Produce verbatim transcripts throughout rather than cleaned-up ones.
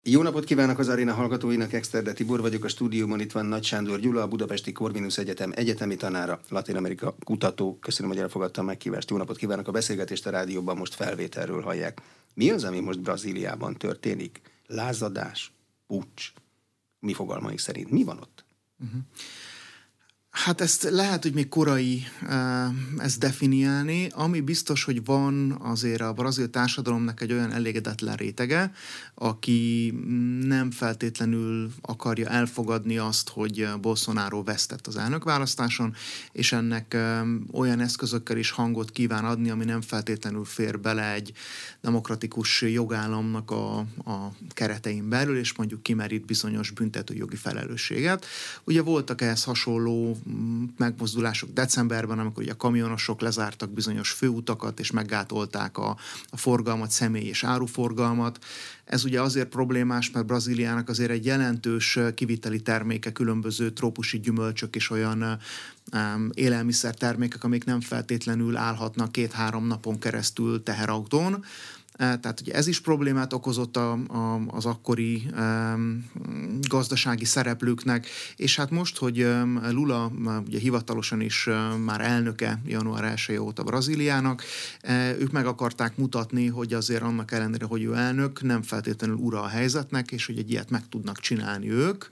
Jó napot kívánok az aréna hallgatóinak, Exterde Tibor vagyok, a stúdióban itt van Nagy Sándor Gyula, a Budapesti Corvinus Egyetem egyetemi tanára, Latin-Amerika kutató. Köszönöm, hogy elfogadta a meghívást. Jó napot kívánok, a beszélgetést a rádióban most felvételről hallják. Mi az, ami most Brazíliában történik? Lázadás? Puccs? Mi fogalmaink szerint? Mi van ott? Uh-huh. Hát ezt lehet, hogy még korai ezt definiálni. Ami biztos, hogy van azért a brazil társadalomnak egy olyan elégedetlen rétege, aki nem feltétlenül akarja elfogadni azt, hogy Bolsonaro vesztett az elnökválasztáson, és ennek olyan eszközökkel is hangot kíván adni, ami nem feltétlenül fér bele egy demokratikus jogállamnak a, a keretein belül, és mondjuk kimerít bizonyos büntetőjogi felelősséget. Ugye voltak ehhez hasonló megmozdulások decemberben, amikor ugye a kamionosok lezártak bizonyos főutakat, és meggátolták a, a forgalmat, személy és áruforgalmat. Ez ugye azért problémás, mert Brazíliának azért egy jelentős kiviteli terméke, különböző trópusi gyümölcsök és olyan um, élelmiszertermékek, amik nem feltétlenül állhatnak két-három napon keresztül teherautón. Tehát ugye ez is problémát okozott a, a, az akkori um, gazdasági szereplőknek, és hát most, hogy um, Lula ugye hivatalosan is um, már elnöke január elseje óta Brazíliának, uh, ők meg akarták mutatni, hogy azért annak ellenére, hogy ő elnök, nem feltétlenül ura a helyzetnek, és hogy egy ilyet meg tudnak csinálni ők.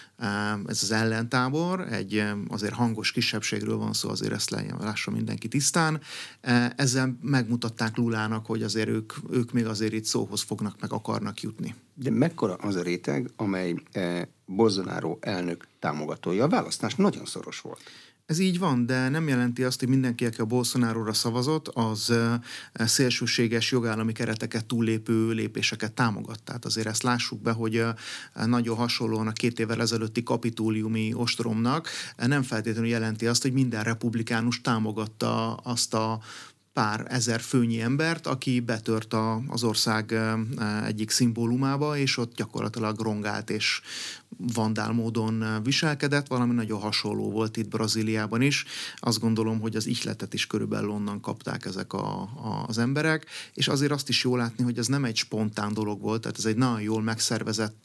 Ez az ellentábor, egy azért hangos kisebbségről van szó, azért ezt lássa mindenki tisztán. Ezzel megmutatták Lulának, hogy azért ők, ők még azért itt szóhoz fognak, meg akarnak jutni. De mekkora az a réteg, amely Bolsonaro elnök támogatója? A választás nagyon szoros volt. Ez így van, de nem jelenti azt, hogy mindenki, aki a Bolsonaróra szavazott, az szélsőséges jogállami kereteket túllépő lépéseket támogat. Tehát azért ezt lássuk be, hogy nagyon hasonlóan a két évvel ezelőtti kapitóliumi ostromnak nem feltétlenül jelenti azt, hogy minden republikánus támogatta azt a pár ezer főnyi embert, aki betört a, az ország egyik szimbólumába, és ott gyakorlatilag rongált és vandál módon viselkedett, valami nagyon hasonló volt itt Brazíliában is. Azt gondolom, hogy az ihletet is körülbelül onnan kapták ezek a, a, az emberek, és azért azt is jól látni, hogy ez nem egy spontán dolog volt, tehát ez egy nagyon jól megszervezett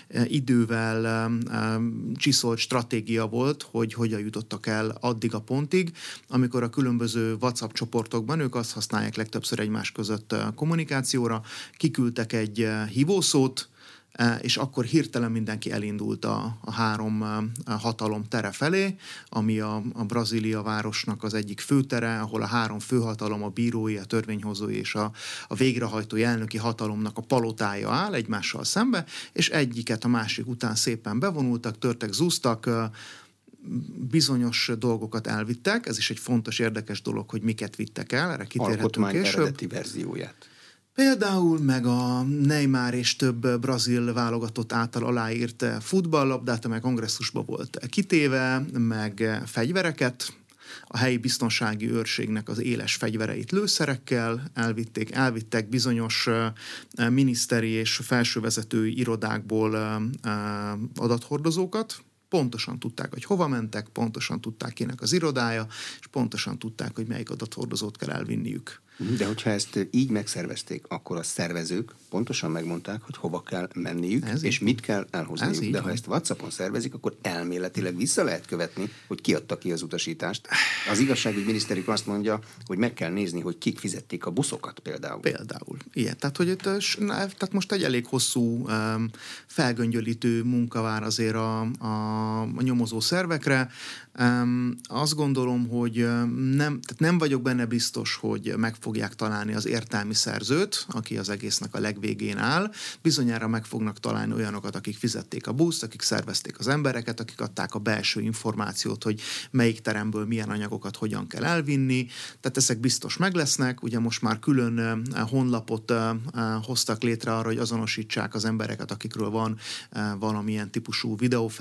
idővel csiszolt stratégia volt, hogy hogyan jutottak el addig a pontig, amikor a különböző WhatsApp csoportokban ők azt használják legtöbbször egymás között kommunikációra, kiküldtek egy hívószót, és akkor hirtelen mindenki elindult a, a három hatalom tere felé, ami a, a Brazília városnak az egyik főtere, ahol a három főhatalom, a bírói, a törvényhozói és a, a végrehajtói elnöki hatalomnak a palotája áll egymással szembe, és egyiket a másik után szépen bevonultak, törtek, zúztak, bizonyos dolgokat elvittek, ez is egy fontos, érdekes dolog, hogy miket vittek el, erre kitérhetünk alkotmány később. eredeti verzióját. Például meg a Neymar és több brazil válogatott által aláírt futballlabdát, amely kongresszusba volt kitéve, meg fegyvereket, a helyi biztonsági őrségnek az éles fegyvereit lőszerekkel elvitték, elvittek bizonyos miniszteri és felsővezetői irodákból adathordozókat. Pontosan tudták, hogy hova mentek, pontosan tudták, kinek az irodája, és pontosan tudták, hogy melyik adathordozót kell elvinniük. De hogyha ezt így megszervezték, akkor a szervezők pontosan megmondták, hogy hova kell menniük, ez és így. Mit kell elhozniuk. De ha van. Ezt WhatsAppon szervezik, akkor elméletileg vissza lehet követni, hogy ki adta ki az utasítást. Az igazságügyi miniszterük azt mondja, hogy meg kell nézni, hogy kik fizették a buszokat például. Például. Igen. Tehát, hogy itt, tehát most egy elég hosszú, felgöngyölítő munka vár azért a, a, a nyomozó szervekre. Azt gondolom, hogy nem, tehát nem vagyok benne biztos, hogy meg fogják találni az értelmi szerzőt, aki az egésznek a legvégén áll. Bizonyára meg fognak találni olyanokat, akik fizették a buszt, akik szervezték az embereket, akik adták a belső információt, hogy melyik teremből milyen anyagokat hogyan kell elvinni. Tehát ezek biztos meg lesznek. Ugye most már külön honlapot hoztak létre arra, hogy azonosítsák az embereket, akikről van valamilyen típusú videófelvétel,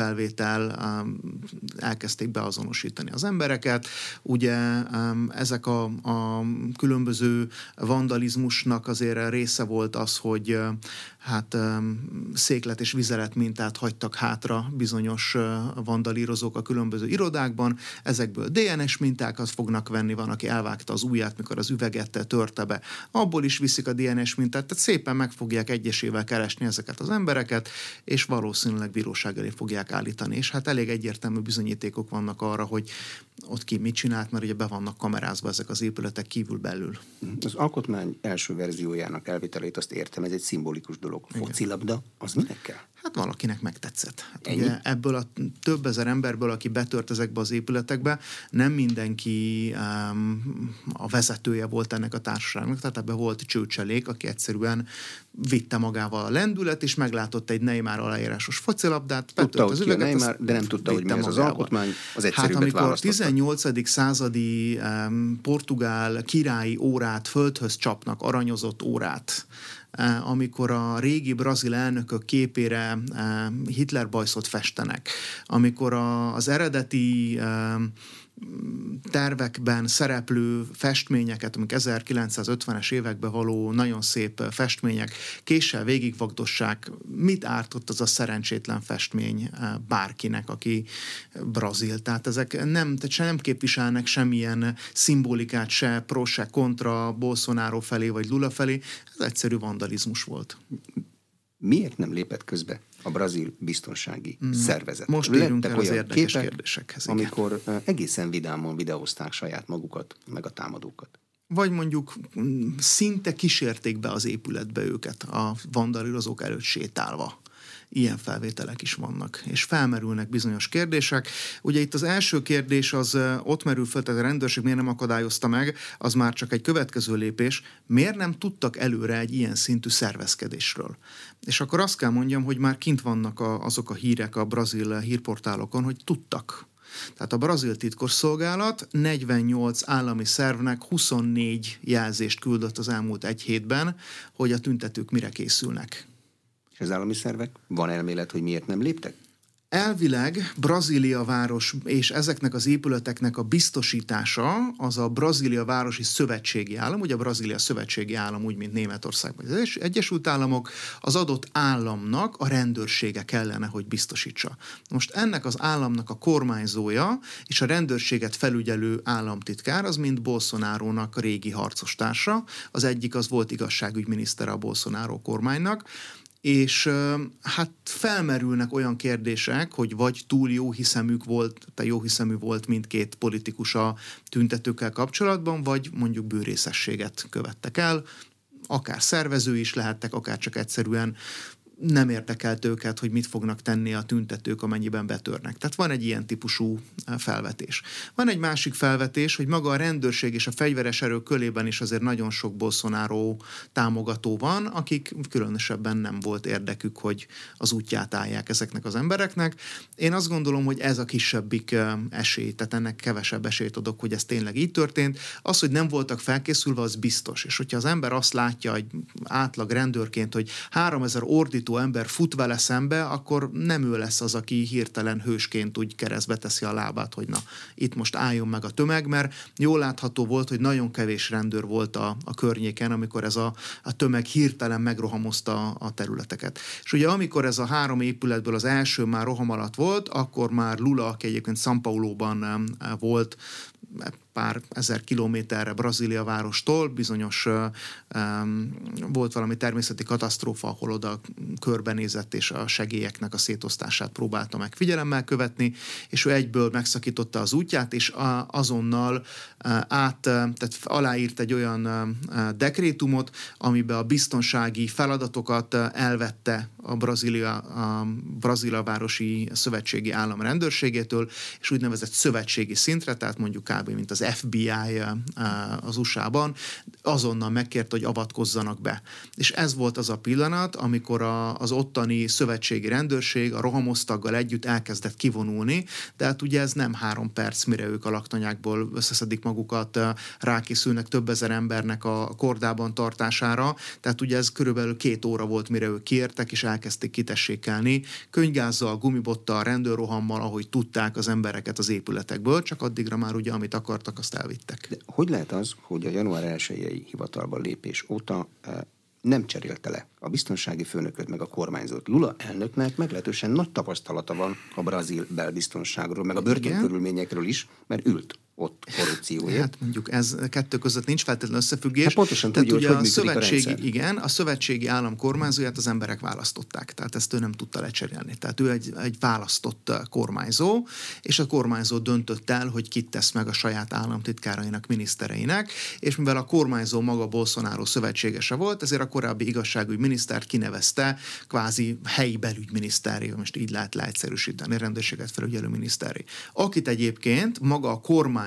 épülettel elkezdték beazonosítani az embereket. Ugye ezek a, a különböző vandalizmusnak azért része volt az, hogy hát széklet és vizelet mintát hagytak hátra bizonyos vandalírozók a különböző irodákban, ezekből dé en es mintákat fognak venni, van, aki elvágta az ujját, mikor az üveget törte be, abból is viszik a dé en es mintát, tehát szépen meg fogják egyesével keresni ezeket az embereket, és valószínűleg bíróság elé fogják állítani, és hát elég egyértelmű bizonyítékok vannak arra, hogy ott ki mit csinált, mert ugye be vannak kamerázva ezek az épületek kívül belül. Az alkotmány első verziójának elvitelét azt értem, ez egy szimbolikus dolog. Focilabda, az minek kell? Hát valakinek megtetszett. Hát ugye ebből a több ezer emberből, aki betört ezekbe az épületekbe, nem mindenki um, a vezetője volt ennek a társaságnak, tehát ebben volt csőcselék, aki egyszerűen vitte magával a lendület, és meglátott egy Neymar aláírásos focilabdát, betört az üveget, Neymar, de nem tudta, hogy mi ez az alkotmány, az egyszerűbbet hát amikor választotta. tizennyolcadik századi um, portugál királyi órát földhöz csapnak, aranyozott órát, amikor a régi brazil elnökök képére Hitler-bajszot festenek, amikor a, az eredeti tervekben szereplő festményeket, amik ezerkilencszázötvenes években való nagyon szép festmények, késsel végigvagdossák, mit ártott az a szerencsétlen festmény bárkinek, aki brazil. Tehát ezek nem, tehát se nem képviselnek semmilyen szimbolikát, se pro, se kontra Bolsonaro felé, vagy Lula felé. Ez egyszerű vandalizmus volt. Miért nem lépett közbe a brazil biztonsági mm. szervezet? Most érünk el az érdekes képek, kérdésekhez. Igen. Amikor egészen vidámon videózták saját magukat, meg a támadókat. Vagy mondjuk szinte kísérték be az épületbe őket a vandalírozók előtt sétálva. Ilyen felvételek is vannak, és felmerülnek bizonyos kérdések. Ugye itt az első kérdés az ott merül fel, tehát a rendőrség miért nem akadályozta meg, az már csak egy következő lépés, miért nem tudtak előre egy ilyen szintű szervezkedésről. És akkor azt kell mondjam, hogy már kint vannak a, azok a hírek a brazil hírportálokon, hogy tudtak. Tehát a brazil titkosszolgálat negyvennyolc állami szervnek huszonnégy jelzést küldött az elmúlt egy hétben, hogy a tüntetők mire készülnek. És az állami szervek? Van elmélet, hogy miért nem léptek? Elvileg Brazília város és ezeknek az épületeknek a biztosítása az a Brazília városi szövetségi állam, ugye a Brazília szövetségi állam úgy, mint Németország vagy az Egyesült Államok, az adott államnak a rendőrsége kellene, hogy biztosítsa. Most ennek az államnak a kormányzója és a rendőrséget felügyelő államtitkár az mind Bolsonarónak a régi harcostársa. Az egyik az volt igazságügyminisztere a Bolsonaro kormánynak, és hát felmerülnek olyan kérdések, hogy vagy túl jó hiszeműk volt, tehát jó hiszemű volt mindkét politikus a tüntetőkkel kapcsolatban, vagy mondjuk bűrészességet követtek el, akár szervező is lehettek, akár csak egyszerűen nem érdekelt őket, hogy mit fognak tenni a tüntetők, amennyiben betörnek. Tehát van egy ilyen típusú felvetés. Van egy másik felvetés, hogy maga a rendőrség és a fegyveres erők körében is azért nagyon sok Bolsonaro támogató van, akik különösebben nem volt érdekük, hogy az útját állják ezeknek az embereknek. Én azt gondolom, hogy ez a kisebbik esély, tehát ennek kevesebb esélyt adok, hogy ez tényleg így történt. Az, hogy nem voltak felkészülve, az biztos. És hogyha az ember azt látja egy átlag rendőrként, hogy háromezer ordít ember fut vele szembe, akkor nem ő lesz az, aki hirtelen hősként úgy keresztbe teszi a lábát, hogy na, itt most álljon meg a tömeg, mert jól látható volt, hogy nagyon kevés rendőr volt a, a környéken, amikor ez a, a tömeg hirtelen megrohamozta a területeket. És ugye amikor ez a három épületből az első már roham alatt volt, akkor már Lula, aki egyébként São Pauloban volt, pár ezer kilométerre Brazília várostól, bizonyos um, volt valami természeti katasztrófa, ahol oda körbenézett, és a segélyeknek a szétosztását próbálta meg figyelemmel követni, és ő egyből megszakította az útját, és a, azonnal uh, át, tehát aláírt egy olyan uh, dekrétumot, amiben a biztonsági feladatokat uh, elvette a Brazília, a Brazília városi szövetségi állam rendőrségétől, és úgynevezett szövetségi szintre, tehát mondjuk kb. Mint az ef bé i az u es á-ban azonnal megkérte, hogy avatkozzanak be. És ez volt az a pillanat, amikor a, az ottani szövetségi rendőrség a rohamosztaggal együtt elkezdett kivonulni, de hát ugye ez nem három perc, mire ők a laktanyákból összeszedik magukat, rákészülnek több ezer embernek a kordában tartására, tehát ugye ez körülbelül két óra volt, mire ők kiértek, és elkezdték kitessékelni, könygázzal, gumibottal, rendőrrohammal, ahogy tudták az embereket az épületekből, csak addigra már ugye, amit akartak, azt elvittek. De hogy lehet az, hogy a január elsejei hivatalba lépés óta nem cserélte le a biztonsági főnököt meg a kormányzót? Lula elnöknek meglehetősen nagy tapasztalata van a brazil belbiztonságról, meg a börtönkörülményekről is, mert ült ott korrupcióért. Hát mondjuk ez kettő között nincs feltétlenül összefüggés. Hát pontosan tudja, hogy hogy működik a rendszer. Igen, a szövetségi állam kormányzóját az emberek választották, tehát ezt ő nem tudta lecserélni. Tehát ő egy, egy választott kormányzó, és a kormányzó döntött el, hogy kit tesz meg a saját államtitkárainak, minisztereinek, és mivel a kormányzó maga Bolsonaro szövetségese volt, ezért a korábbi igazságügyi minisztert kinevezte kvázi helyi belügyminiszteré, most így lehet leegyszerűsíteni, rendőrséget felügyelő miniszteré. Akit egyébként maga a kormány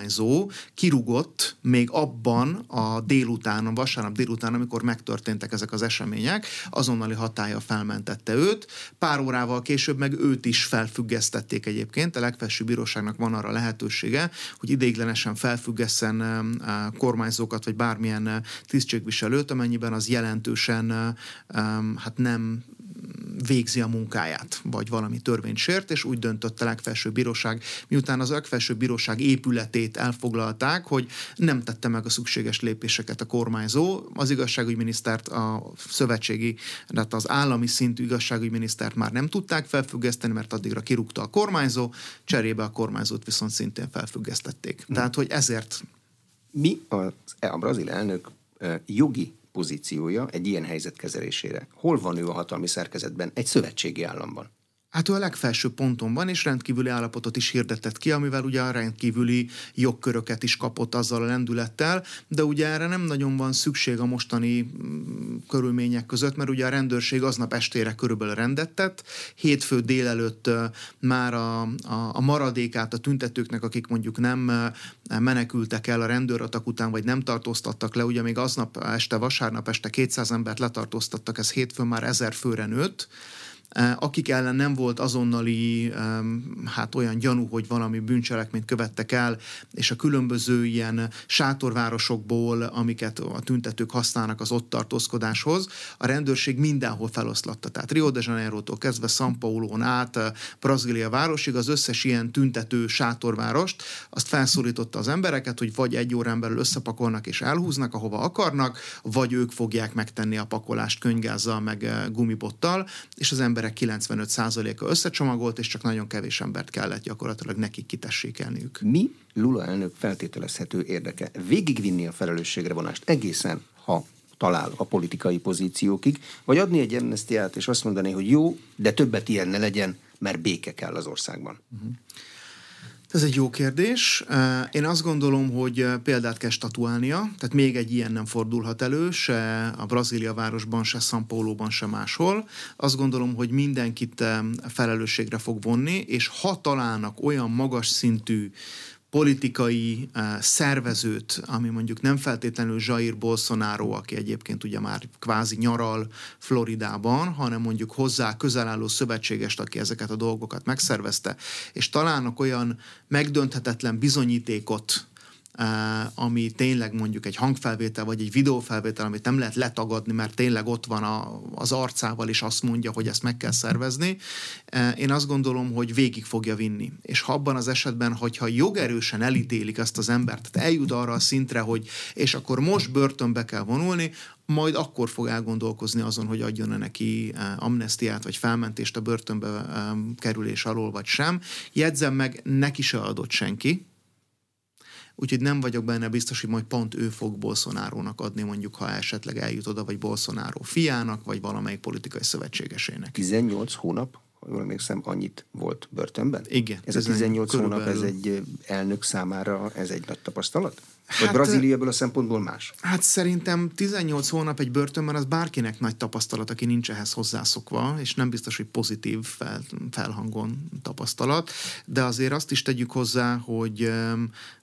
kirúgott még abban a délután, a vasárnap délután, amikor megtörténtek ezek az események, azonnali hatállyal felmentette őt. Pár órával később meg őt is felfüggesztették egyébként. A legfelsőbb bíróságnak van arra lehetősége, hogy ideiglenesen felfüggesszen kormányzókat, vagy bármilyen tisztségviselőt, amennyiben az jelentősen hát nem végzi a munkáját, vagy valami törvényt sért, és úgy döntött a legfelsőbb bíróság, miután az legfelsőbb bíróság épületét elfoglalták, hogy nem tette meg a szükséges lépéseket a kormányzó. Az igazságügyminisztert, a szövetségi, tehát az állami szintű igazságügyminisztert már nem tudták felfüggeszteni, mert addigra kirúgta a kormányzó, cserébe a kormányzót viszont szintén felfüggesztették. Hmm. Tehát, hogy ezért... Mi az, a brazil elnök jogi pozíciója egy ilyen helyzet kezelésére? Hol van ő a hatalmi szerkezetben? Egy szövetségi államban. Hát ő a legfelső ponton van, és rendkívüli állapotot is hirdetett ki, amivel ugye a rendkívüli jogköröket is kapott azzal a lendülettel, de ugye erre nem nagyon van szükség a mostani mm, körülmények között, mert ugye a rendőrség aznap estére körülbelül rendet tett, hétfő délelőtt uh, már a, a, a maradékát a tüntetőknek, akik mondjuk nem uh, menekültek el a rendőratak után, vagy nem tartóztattak le, ugye még aznap este, vasárnap este kétszáz embert letartóztattak, ez hétfőn már ezer főre nőtt, akik ellen nem volt azonnali hát olyan gyanú, hogy valami bűncselekményt követtek el, és a különböző ilyen sátorvárosokból, amiket a tüntetők használnak az ott tartózkodáshoz, a rendőrség mindenhol feloszlatta. Tehát Rio de Janeirótól kezdve São Paulón át Brazília városig az összes ilyen tüntető sátorvárost, azt felszólította az embereket, hogy vagy egy órán belül összepakolnak és elhúznak, ahova akarnak, vagy ők fogják megtenni a pakolást könygázzal, meg gumibottal, és az ember kilencvenöt százaléka összecsomagolt, és csak nagyon kevés embert kellett gyakorlatilag nekik kitessékelniük. Mi Lula elnök feltételezhető érdeke? Végigvinni a felelősségre vonást egészen, ha talál a politikai pozíciókig, vagy adni egy amnestiát, és azt mondani, hogy jó, de többet ilyen ne legyen, mert béke kell az országban. Uh-huh. Ez egy jó kérdés. Én azt gondolom, hogy példát kell statuálnia, tehát még egy ilyen nem fordulhat elő, se a Brazília városban, se São Paulóban, se máshol. Azt gondolom, hogy mindenkit felelősségre fog vonni, és ha találnak olyan magas szintű politikai uh, szervezőt, ami mondjuk nem feltétlenül Jair Bolsonaro, aki egyébként ugye már kvázi nyaral Floridában, hanem mondjuk hozzá közel álló szövetségest, aki ezeket a dolgokat megszervezte, és találnak olyan megdönthetetlen bizonyítékot, Uh, ami tényleg mondjuk egy hangfelvétel, vagy egy videófelvétel, amit nem lehet letagadni, mert tényleg ott van a, az arcával, és azt mondja, hogy ezt meg kell szervezni. Uh, én azt gondolom, hogy végig fogja vinni. És ha abban az esetben, hogyha jogerősen elítélik ezt az embert, tehát eljut arra a szintre, hogy és akkor most börtönbe kell vonulni, majd akkor fog elgondolkozni azon, hogy adjon-e neki amnestiát, vagy felmentést a börtönbe um, kerülés alól, vagy sem. Jegyzem meg, neki se adott senki, úgyhogy nem vagyok benne biztos, hogy majd pont ő fog Bolsonarónak adni, mondjuk, ha esetleg eljut oda, vagy Bolsonaro fiának, vagy valamelyik politikai szövetségesének. tizennyolc hónap, ha jól emlékszem, annyit volt börtönben? Igen. Ez a tizennyolc hónap, ez egy elnök számára, ez egy nagy tapasztalat? Vagy Hát, Brazília ebből a szempontból más? Hát szerintem tizennyolc hónap egy börtönben az bárkinek nagy tapasztalat, aki nincs ehhez hozzászokva, és nem biztos, hogy pozitív fel, felhangon tapasztalat, de azért azt is tegyük hozzá, hogy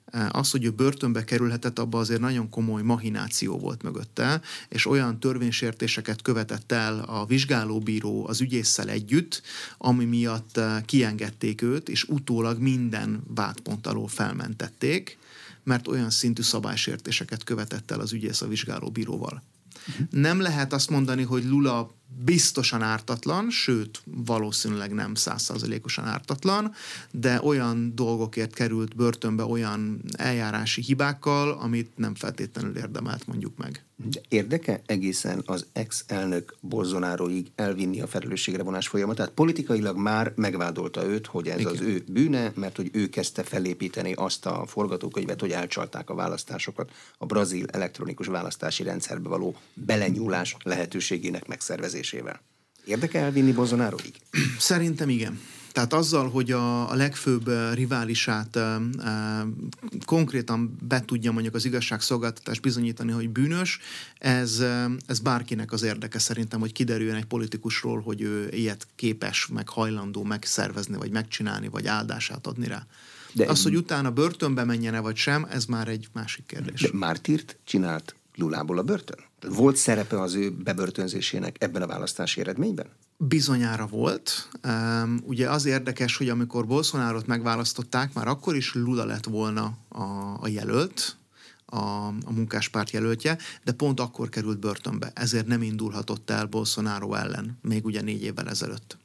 Az, hogy ő börtönbe kerülhetett, abban azért nagyon komoly mahináció volt mögötte, és olyan törvénysértéseket követett el a vizsgálóbíró az ügyésszel együtt, ami miatt kiengedték őt, és utólag minden vádpont alól felmentették, mert olyan szintű szabálysértéseket követett el az ügyész a vizsgálóbíróval. Uh-huh. Nem lehet azt mondani, hogy Lula biztosan ártatlan, sőt, valószínűleg nem százszázalékosan ártatlan, de olyan dolgokért került börtönbe olyan eljárási hibákkal, amit nem feltétlenül érdemelt, mondjuk meg. De érdeke egészen az ex-elnök Bolsonaroig elvinni a felelősségre vonás folyamatát? Politikailag már megvádolta őt, hogy ez Igen. az ő bűne, mert hogy ő kezdte felépíteni azt a forgatókönyvet, hogy elcsalták a választásokat a brazil elektronikus választási rendszerbe való belenyúlás lehetőségének megszervezésével. Érdeke elvinni Bolsonaroig? Szerintem igen. Tehát azzal, hogy a, a legfőbb riválisát e, e, konkrétan be tudja mondjuk az igazságszolgáltatás bizonyítani, hogy bűnös, ez, ez bárkinek az érdeke szerintem, hogy kiderüljön egy politikusról, hogy ő ilyet képes, meg hajlandó megszervezni, vagy megcsinálni, vagy áldását adni rá. De az, hogy utána börtönbe menjene, vagy sem, ez már egy másik kérdés. De mártírt csinált Lulából a börtön? Volt szerepe az ő bebörtönzésének ebben a választási eredményben? Bizonyára volt. Um, ugye az érdekes, hogy amikor Bolsonarot megválasztották, már akkor is Lula lett volna a, a jelölt, a, a munkáspárt jelöltje, de pont akkor került börtönbe. Ezért nem indulhatott el Bolsonaro ellen, még ugye négy évvel ezelőtt.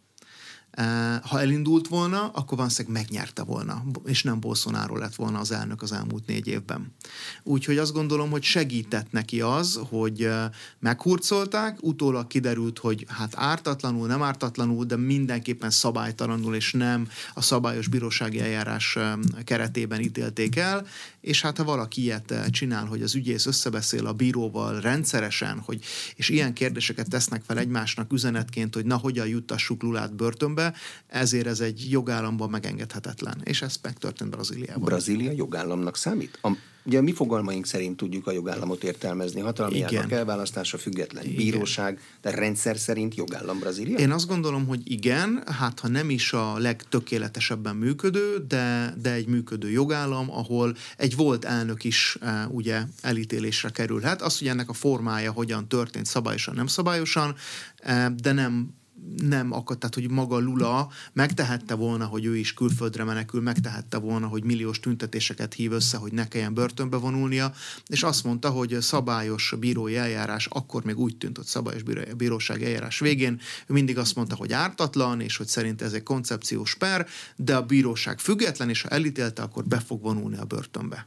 Ha elindult volna, akkor valószínűleg megnyerte volna, és nem Bolsonaro lett volna az elnök az elmúlt négy évben. Úgyhogy azt gondolom, hogy segített neki az, hogy meghurcolták, utólag kiderült, hogy hát ártatlanul, nem ártatlanul, de mindenképpen szabálytalanul, és nem a szabályos bírósági eljárás keretében ítélték el, és hát ha valaki ilyet csinál, hogy az ügyész összebeszél a bíróval rendszeresen, hogy, és ilyen kérdéseket tesznek fel egymásnak üzenetként, hogy na, hogyan juttassuk Lulát börtönbe, ezért ez egy jogállamban megengedhetetlen. És ez megtörtént Brazíliában. Brazília jogállamnak számít? A, ugye a mi fogalmaink szerint tudjuk a jogállamot értelmezni. Hatalmi ágak elválasztása, független igen. bíróság, de rendszer szerint jogállam Brazília? Én azt gondolom, hogy igen, hát ha nem is a legtökéletesebben működő, de, de egy működő jogállam, ahol egy volt elnök is e, ugye elítélésre kerülhet. Az, hogy ennek a formája hogyan történt, szabályosan, nem szabályosan, e, de nem nem akad, tehát hogy maga Lula megtehette volna, hogy ő is külföldre menekül, megtehette volna, hogy milliós tüntetéseket hív össze, hogy ne kelljen börtönbe vonulnia, és azt mondta, hogy szabályos bírói eljárás, akkor még úgy tűnt, hogy szabályos bíróság eljárás végén, ő mindig azt mondta, hogy ártatlan, és hogy szerint ez egy koncepciós per, de a bíróság független, és ha elítélte, akkor be fog vonulni a börtönbe.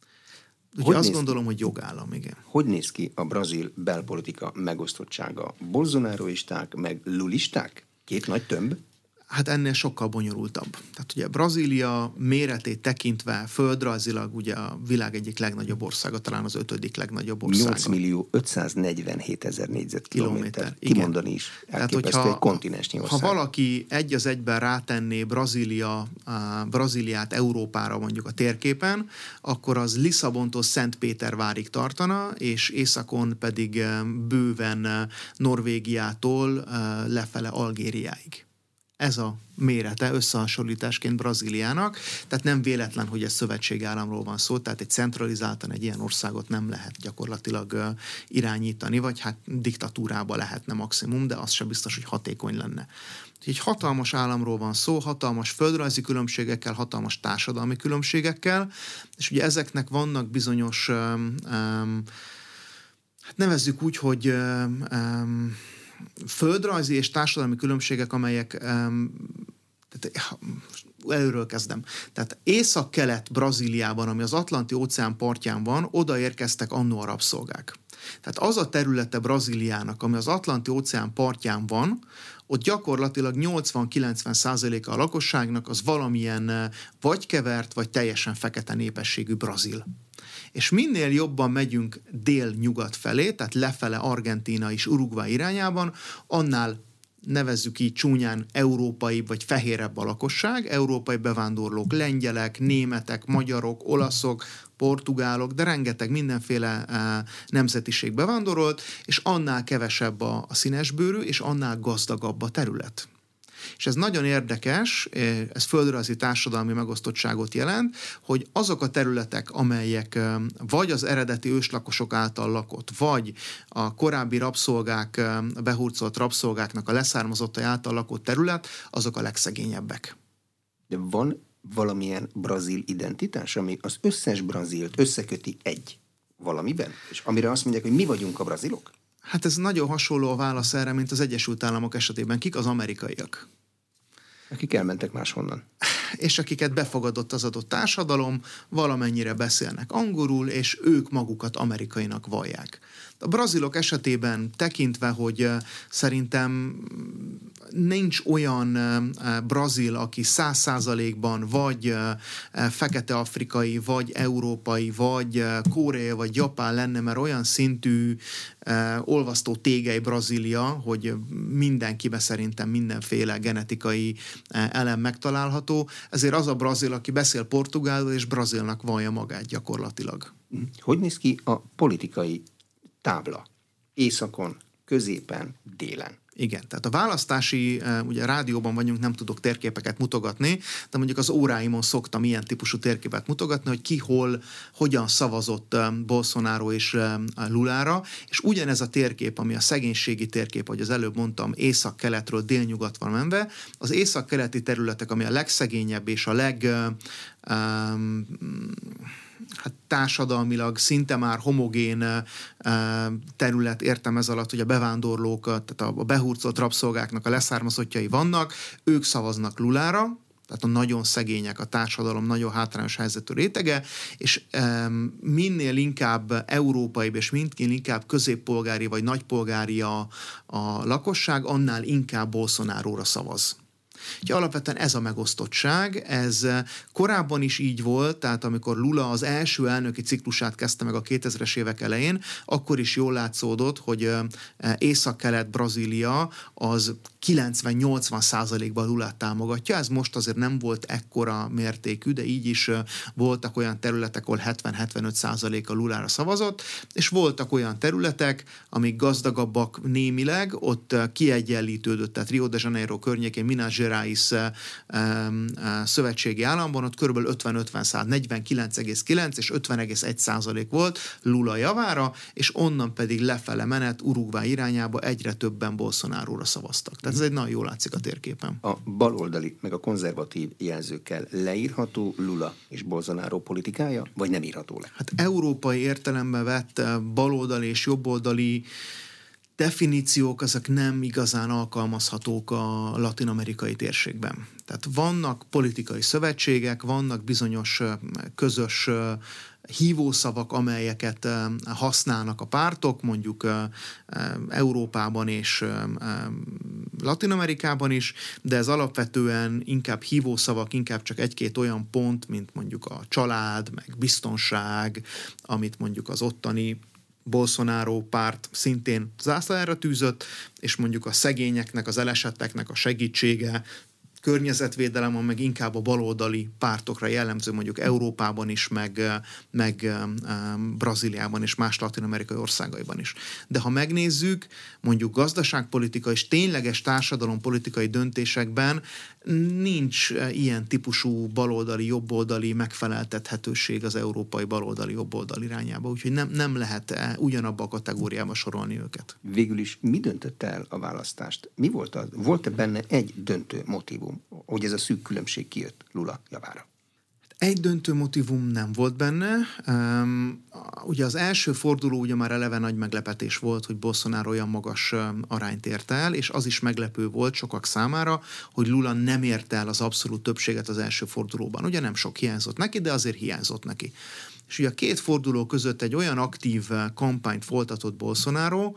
Úgyhogy azt gondolom, hogy jogállam, igen. Hogy néz ki a brazil belpolitika megosztottsága? Bolsonaroisták meg lulisták? Két nagy tömb? Hát ennél sokkal bonyolultabb. Tehát ugye Brazília méretét tekintve földrajzilag ugye a világ egyik legnagyobb országa, talán az ötödik legnagyobb országa. nyolc millió ötszáznegyvenhét ezer négyzetkilométer. Kimondani is elképesztő, egy kontinensnyi ország. Ha valaki egy az egyben rátenné Brazília, Brazíliát Európára mondjuk a térképen, akkor az Lisszabontól Szentpétervárig tartana, és északon pedig bőven Norvégiától lefele Algériáig. Ez a mérete összehasonlításként Brazíliának, tehát nem véletlen, hogy ez szövetségállamról van szó, tehát egy centralizáltan egy ilyen országot nem lehet gyakorlatilag irányítani, vagy hát diktatúrába lehetne maximum, de az sem biztos, hogy hatékony lenne. Egy hatalmas államról van szó, hatalmas földrajzi különbségekkel, hatalmas társadalmi különbségekkel, és ugye ezeknek vannak bizonyos, um, um, hát nevezzük úgy, hogy um, um, földrajzi és társadalmi különbségek, amelyek um, tehát, előről kezdem. Tehát észak-kelet Brazíliában, ami az Atlanti-óceán partján van, oda érkeztek annó a rabszolgák. Tehát az a területe Brazíliának, ami az Atlanti-óceán partján van, ott gyakorlatilag nyolcvan-kilencven százaléka a lakosságnak az valamilyen vagy kevert, vagy teljesen fekete népességű brazil. És minél jobban megyünk dél-nyugat felé, tehát lefele Argentína és Uruguay irányában, annál nevezzük így csúnyán európai vagy fehérebb a lakosság, európai bevándorlók, lengyelek, németek, magyarok, olaszok, portugálok, de rengeteg mindenféle uh, nemzetiség bevándorolt, és annál kevesebb a, a színesbőrű, és annál gazdagabb a terület. És ez nagyon érdekes, ez földrajzi társadalmi megosztottságot jelent, hogy azok a területek, amelyek vagy az eredeti őslakosok által lakott, vagy a korábbi rabszolgák, behurcolt rabszolgáknak a leszármazottai által lakott terület, azok a legszegényebbek. De van valamilyen brazil identitás, ami az összes brazilt összeköti egy valamiben? És amire azt mondják, hogy mi vagyunk a brazilok? Hát ez nagyon hasonló a válasz erre, mint az Egyesült Államok esetében. Kik az amerikaiak? Akik elmentek máshonnan. És akiket befogadott az adott társadalom, valamennyire beszélnek angolul, és ők magukat amerikainak vallják. A brazilok esetében tekintve, hogy szerintem nincs olyan brazil, aki száz százalékban vagy fekete-afrikai, vagy európai, vagy koreai, vagy japán lenne, mert olyan szintű olvasztó tégely Brazília, hogy mindenkibe szerintem mindenféle genetikai elem megtalálható. Ezért az a brazil, aki beszél portugálul, és brazilnak vallja magát gyakorlatilag. Hogy néz ki a politikai tábla? Északon, középen, délen. Igen, tehát a választási, ugye rádióban vagyunk, nem tudok térképeket mutogatni, de mondjuk az óráimon szoktam ilyen típusú térképet mutogatni, hogy ki hol, hogyan szavazott Bolsonaro és Lulára, és ugyanez a térkép, ami a szegénységi térkép, ahogy az előbb mondtam, észak-keletről délnyugatra menve, az észak-keleti területek, ami a legszegényebb és a leg... Um, hát társadalmilag szinte már homogén terület, értem ez alatt, hogy a bevándorlók, tehát a behurcolt rabszolgáknak a leszármazottjai vannak, ők szavaznak Lulára, tehát a nagyon szegények, a társadalom nagyon hátrányos helyzetű rétege, és minél inkább európai, és minél inkább középpolgári vagy nagypolgári a, a lakosság, annál inkább Bolsonaróra szavaz. Úgyhogy alapvetően ez a megosztottság, ez korábban is így volt, tehát amikor Lula az első elnöki ciklusát kezdte meg a kétezres évek elején, akkor is jól látszódott, hogy észak-kelet Brazília az kilencven-nyolcvan százalékban Lulát támogatja, ez most azért nem volt ekkora mértékű, de így is voltak olyan területek, ahol hetven-hetvenöt százalék a Lulára szavazott, és voltak olyan területek, amik gazdagabbak némileg, ott kiegyenlítődött, tehát Rio de Janeiro környékén, Minas Gerais szövetségi államban, ott kb. ötven-ötven százalék, negyvenkilenc egész kilenc és ötven egész egy százalék volt Lula javára, és onnan pedig lefele menet Uruguay irányába egyre többen Bolsonaróra szavaztak. Tehát ez egy nagyon jól látszik a térképen. A baloldali, meg a konzervatív jelzőkkel leírható Lula és Bolsonaro politikája, vagy nem írható le? Hát európai értelemben vett baloldali és jobboldali definíciók, ezek nem igazán alkalmazhatók a latin-amerikai térségben. Tehát vannak politikai szövetségek, vannak bizonyos közös hívószavak, amelyeket használnak a pártok, mondjuk Európában és Latin-Amerikában is, de ez alapvetően inkább hívószavak, inkább csak egy-két olyan pont, mint mondjuk a család, meg biztonság, amit mondjuk az ottani Bolsonaro párt szintén zászlajára tűzött, és mondjuk a szegényeknek, az elesetteknek a segítsége, környezetvédelem, meg inkább a baloldali pártokra jellemző, mondjuk Európában is, meg, meg Brazíliában és más latin-amerikai országaiban is. De ha megnézzük, mondjuk gazdaságpolitika és tényleges társadalompolitikai döntésekben nincs ilyen típusú baloldali, jobboldali megfeleltethetőség az európai baloldali, jobboldali irányába, úgyhogy nem, nem lehet ugyanabba a kategóriába sorolni őket. Végül is mi döntött el a választást? Mi volt az? Volt-e benne egy döntő motívum, hogy ez a szűk különbség kijött Lula javára? Egy döntő motívum nem volt benne. Um, ugye az első forduló ugye már eleve nagy meglepetés volt, hogy Bolsonaro olyan magas arányt ért el, és az is meglepő volt sokak számára, hogy Lula nem érte el az abszolút többséget az első fordulóban. Ugye nem sok hiányzott neki, de azért hiányzott neki. És ugye a két forduló között egy olyan aktív kampányt folytatott Bolsonaro,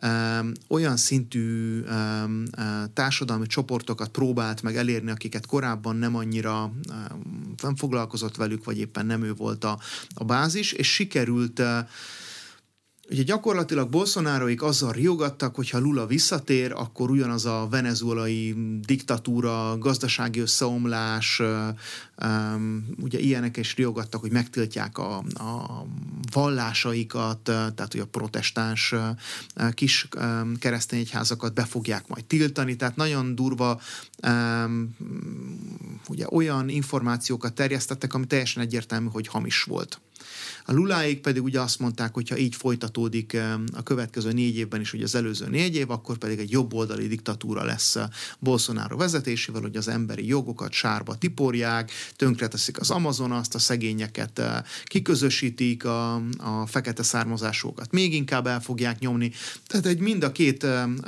olyan szintű társadalmi csoportokat próbált meg elérni, akiket korábban nem annyira nem foglalkozott velük, vagy éppen nem ő volt a, a bázis, és sikerült Ugye gyakorlatilag Bolsonaroik azzal riogattak, hogy ha Lula visszatér, akkor ugyanaz a venezuelai diktatúra, gazdasági összeomlás, um, ugye ilyenek is riogattak, hogy megtiltják a, a vallásaikat, tehát hogy a protestáns uh, kis um, keresztény egyházakat be fogják majd tiltani, tehát nagyon durva um, ugye olyan információkat terjesztettek, ami teljesen egyértelmű, hogy hamis volt. A Luláék pedig ugye azt mondták, hogy ha így folytatódik a következő négy évben is, hogy az előző négy év, akkor pedig egy jobboldali diktatúra lesz Bolsonaro vezetésével, hogy az emberi jogokat sárba tiporják, tönkreteszik az Amazonas-t, a szegényeket kiközösítik, a, a fekete származásúakat még inkább el fogják nyomni. Tehát egy mind a két um,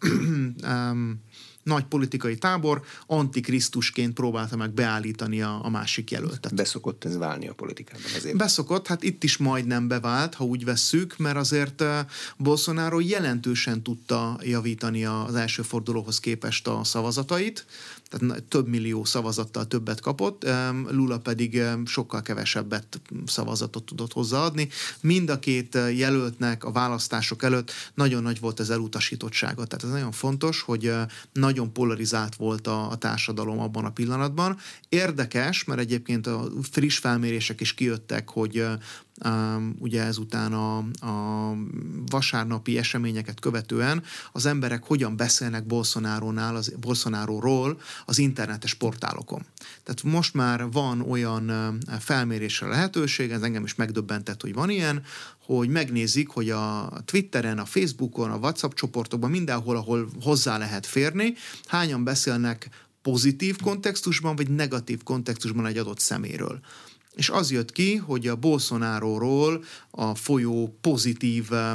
um, nagy politikai tábor antikrisztusként próbálta meg beállítani a, a másik jelöltet. Beszokott ez válni a politikában azért? Beszokott, hát itt is majdnem bevált, ha úgy vesszük, mert azért Bolsonaro jelentősen tudta javítani az első fordulóhoz képest a szavazatait, tehát több millió szavazattal többet kapott, Lula pedig sokkal kevesebbet szavazatot tudott hozzáadni. Mind a két jelöltnek a választások előtt nagyon nagy volt az elutasítottsága. Tehát ez nagyon fontos, hogy nagyon polarizált volt a, a társadalom abban a pillanatban. Érdekes, mert egyébként a friss felmérések is kijöttek, hogy Um, ugye ezután a, a vasárnapi eseményeket követően az emberek hogyan beszélnek Bolsonarónál, az, Bolsonaróról az internetes portálokon. Tehát most már van olyan felmérésre lehetőség, ez engem is megdöbbentett, hogy van ilyen, hogy megnézik, hogy a Twitteren, a Facebookon, a WhatsApp csoportokban, mindenhol, ahol hozzá lehet férni, hányan beszélnek pozitív kontextusban, vagy negatív kontextusban egy adott szeméről. És az jött ki, hogy a Bolsonaróról a folyó pozitív uh,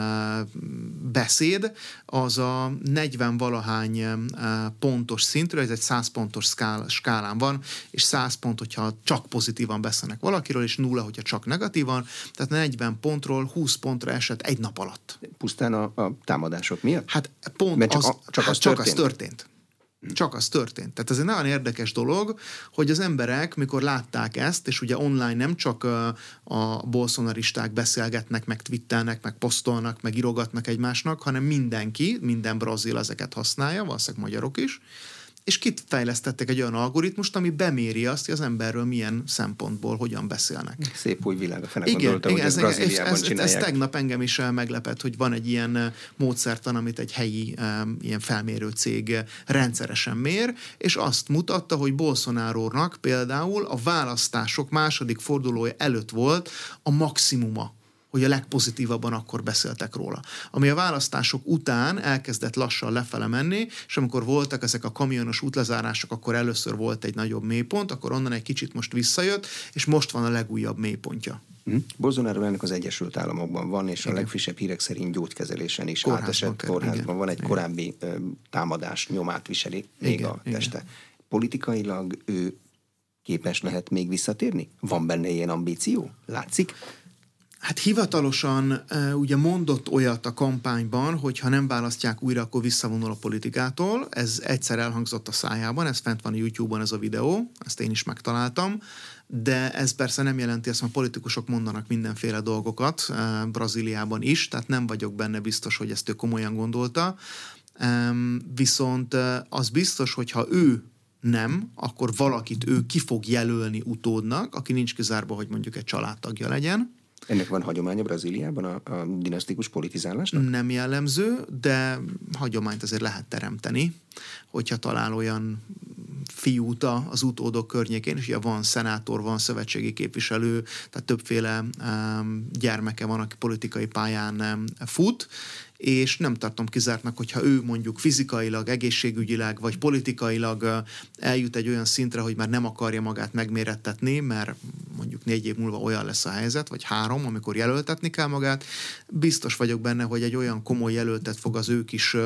beszéd az a negyven-valahány uh, pontos szintről, ez egy száz pontos skál, skálán van, és száz pont, hogyha csak pozitívan beszélnek valakiről, és nulla, hogyha csak negatívan, tehát negyven pontról húsz pontra esett egy nap alatt. Pusztán a, a támadások miatt? Hát pont Mert csak, az, a, csak, hát az, csak történt? az történt. Csak az történt. Tehát ez egy nagyon érdekes dolog, hogy az emberek, mikor látták ezt, és ugye online nem csak a bolsonaristák beszélgetnek, meg twittelnek, meg posztolnak, meg írogatnak egymásnak, hanem mindenki, minden brazil ezeket használja, valószínűleg magyarok is, és kit fejlesztettek egy olyan algoritmust, ami beméri azt, hogy az emberről milyen szempontból hogyan beszélnek. Szép új világ, a fene igen, gondolta, igen, hogy ez, ezt Brazíliában ez, csinálják. Ez tegnap engem is meglepett, hogy van egy ilyen módszertan, amit egy helyi um, ilyen felmérő cég rendszeresen mér, és azt mutatta, hogy Bolsonarónak például a választások második fordulója előtt volt a maximuma, hogy a legpozitívabban akkor beszéltek róla. Ami a választások után elkezdett lassan lefele menni, és amikor voltak ezek a kamionos útlezárások, akkor először volt egy nagyobb mélypont, akkor onnan egy kicsit most visszajött, és most van a legújabb mélypontja. Hm. Bolsonaro elnök az Egyesült Államokban van, és igen. a legfrissebb hírek szerint gyógykezelésen is kórházban átesett kell, kórházban. Igen. Van egy igen. korábbi ö, támadás nyomát viseli még igen. a teste. Igen. Politikailag ő képes lehet még visszatérni? Van benne ilyen ambíció? Látszik? Hát hivatalosan uh, ugye mondott olyat a kampányban, hogy ha nem választják újra, akkor visszavonul a politikától. Ez egyszer elhangzott a szájában, ez fent van a YouTube-on ez a videó, ezt én is megtaláltam, de ez persze nem jelenti azt, hogy a politikusok mondanak mindenféle dolgokat uh, Brazíliában is, tehát nem vagyok benne biztos, hogy ezt ő komolyan gondolta. Um, viszont uh, az biztos, hogy ha ő nem, akkor valakit ő ki fog jelölni utódnak, aki nincs kizárva, hogy mondjuk egy családtagja legyen. Ennek van hagyománya Brazíliában a, a dinasztikus politizálásnak? Nem jellemző, de hagyományt azért lehet teremteni, hogyha talál olyan fiút az utódok környékén, és ugye van szenátor, van szövetségi képviselő, tehát többféle um, gyermeke van, aki politikai pályán um, fut, és nem tartom kizártnak, hogyha ő mondjuk fizikailag, egészségügyileg, vagy politikailag eljut egy olyan szintre, hogy már nem akarja magát megmérettetni, mert mondjuk négy év múlva olyan lesz a helyzet, vagy három, amikor jelöltetni kell magát, biztos vagyok benne, hogy egy olyan komoly jelöltet fog az ő kis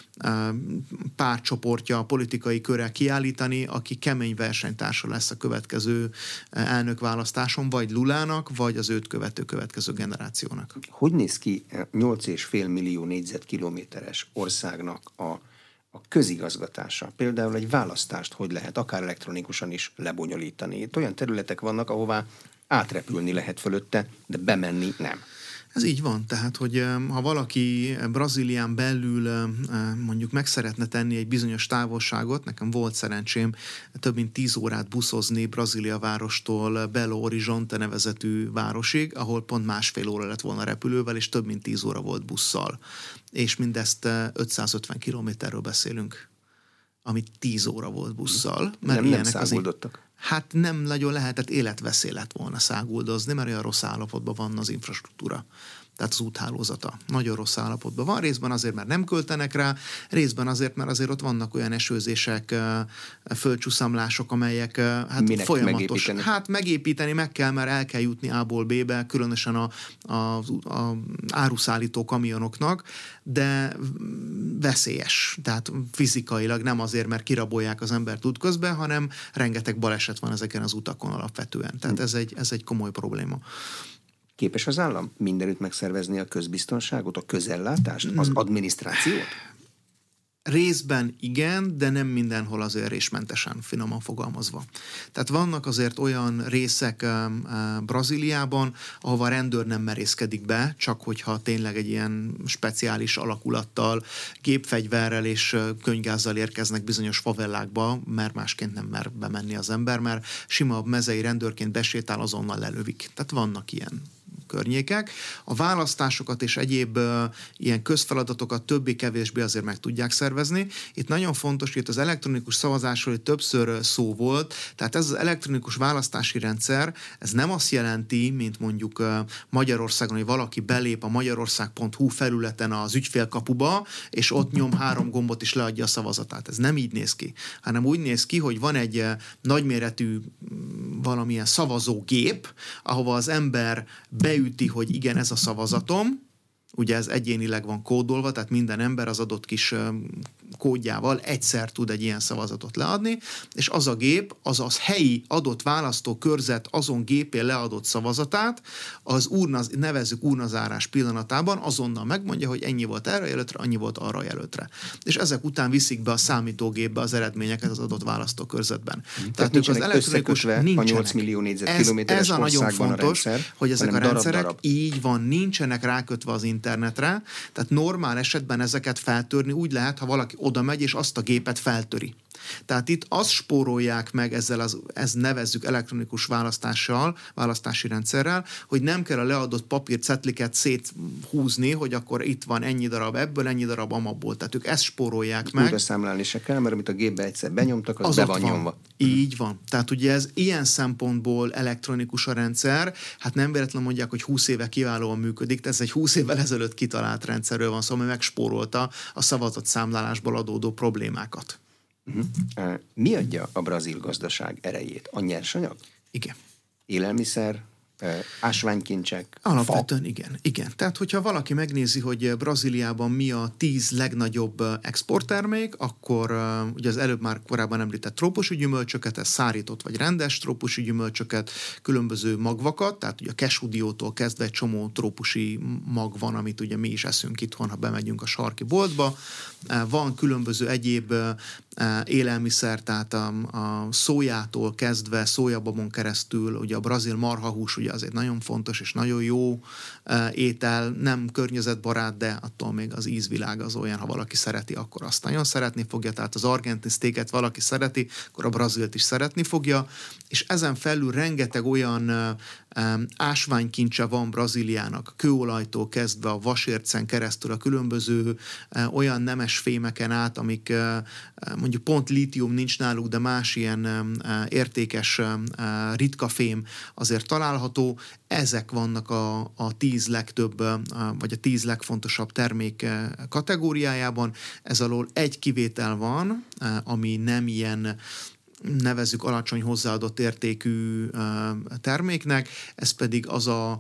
pártcsoportja, politikai körrel kiállítani, aki kemény versenytársa lesz a következő elnökválasztáson, vagy Lulának, vagy az őt követő következő generációnak. Hogy néz ki nyolc és fél millió négyzetkilométeres országnak a, a közigazgatása? Például egy választást hogy lehet akár elektronikusan is lebonyolítani? Itt olyan területek vannak, ahová átrepülni lehet fölötte, de bemenni nem. Ez így van, tehát, hogy ha valaki Brazílián belül mondjuk meg szeretne tenni egy bizonyos távolságot, nekem volt szerencsém több mint tíz órát buszozni Brazília várostól Belo Horizonte nevezetű városig, ahol pont másfél óra lett volna repülővel, és több mint tíz óra volt busszal. És mindezt ötszázötven kilométerről beszélünk, ami tíz óra volt busszal. Mert nem, nem száguldottak. Az, hát nem nagyon lehetett, életveszély lett volna száguldozni, mert olyan rossz állapotban van az infrastruktúra. Tehát az úthálózata nagyon rossz állapotban van, részben azért, mert nem költenek rá, részben azért, mert azért ott vannak olyan esőzések, földcsúszamlások, amelyek hát minek folyamatos. Megépíteni? Hát megépíteni meg kell, mert el kell jutni A-ból B-be, különösen a, a, a áruszállító kamionoknak, de veszélyes. Tehát fizikailag nem azért, mert kirabolják az embert útközben, hanem rengeteg baleset van ezeken az utakon alapvetően. Tehát ez egy, ez egy komoly probléma. Képes az állam mindenütt megszervezni a közbiztonságot, a közellátást, az adminisztrációt? Részben igen, de nem mindenhol azért résmentesen, finoman fogalmazva. Tehát vannak azért olyan részek Brazíliában, ahova a rendőr nem merészkedik be, csak hogyha tényleg egy ilyen speciális alakulattal, gépfegyverrel és könyvgázzal érkeznek bizonyos favellákba, mert másként nem mer bemenni az ember, mert sima mezei rendőrként besétál, azonnal lelövik. Tehát vannak ilyen környékek. A választásokat és egyéb uh, ilyen közfeladatokat többé-kevésbé azért meg tudják szervezni. Itt nagyon fontos, hogy itt az elektronikus szavazásról itt többször szó volt, tehát ez az elektronikus választási rendszer, ez nem azt jelenti, mint mondjuk uh, Magyarországon, hogy valaki belép a magyarország pont hu felületen az ügyfélkapuba, és ott nyom három gombot és leadja a szavazatát. Ez nem így néz ki, hanem úgy néz ki, hogy van egy uh, nagyméretű valamilyen szavazógép, ahova az ember beüti, hogy igen, ez a szavazatom, ugye ez egyénileg van kódolva, tehát minden ember az adott kis kódjával egyszer tud egy ilyen szavazatot leadni, és az a gép, azaz helyi adott választókörzet azon gépén leadott szavazatát, az urna, nevezzük urnazárás pillanatában azonnal megmondja, hogy ennyi volt erre a jelöltre, annyi volt arra a jelöltre. És ezek után viszik be a számítógépbe az eredményeket az adott választókörzetben. Tehát, Tehát nincs az elektronikus a nyolc millió négyzetkilométeres országban a rendszer, Ez a nagyon fontos, hogy ezek a rendszerek darab. így van, nincsenek rákötve az internetre, tehát normál esetben ezeket feltörni úgy lehet, ha valaki oda megy, és azt a gépet feltöri. Tehát itt azt spórolják meg ezzel, az, ez nevezzük elektronikus választással, választási rendszerrel, hogy nem kell a leadott papírcetliket széthúzni, hogy akkor itt van ennyi darab ebből, ennyi darab amabból. Tehát ők ezt spórolják meg. Újra számlálni se kell, mert amit a gépbe egyszer benyomtak, az, az be van, van nyomva. Így van. Tehát ugye ez ilyen szempontból elektronikus a rendszer, hát nem véletlenül mondják, hogy húsz éve kiválóan működik, de ez egy húsz évvel ezelőtt kitalált rendszerről van szó, ami megspórolta a szavazatszámlálásból adódó problémákat. Uh-huh. Mi adja a brazil gazdaság erejét? A nyersanyag? Igen. Élelmiszer? Ásványkincsek? Alapvetően fa? igen, igen. Tehát, hogyha valaki megnézi, hogy Brazíliában mi a tíz legnagyobb exporttermék, akkor uh, ugye az előbb már korábban említett trópusi gyümölcsöket, ez szárított vagy rendes trópusi gyümölcsöket, különböző magvakat, tehát ugye a cashew-diótól kezdve egy csomó trópusi mag van, amit ugye mi is eszünk itthon, ha bemegyünk a sarki boltba. Uh, van különböző egyéb uh, élelmiszer, tehát a, a szójától kezdve, szójababon keresztül, ugye a brazil marhahús, ugye az egy nagyon fontos és nagyon jó uh, étel, nem környezetbarát, de attól még az ízvilág az olyan, ha valaki szereti, akkor azt nagyon szeretni fogja, tehát az argentin sztéket valaki szereti, akkor a brazilt is szeretni fogja, és ezen felül rengeteg olyan uh, um, ásványkincse van Brazíliának, kőolajtól kezdve a vasércen keresztül a különböző uh, olyan nemes fémeken át, amik uh, mondjuk pont lítium nincs náluk, de más ilyen uh, értékes uh, ritka fém azért található. Ezek vannak a, a tíz legtöbb, uh, vagy a tíz legfontosabb termék uh, kategóriájában. Ez alól egy kivétel van, uh, ami nem ilyen nevezzük alacsony hozzáadott értékű uh, terméknek, ez pedig az a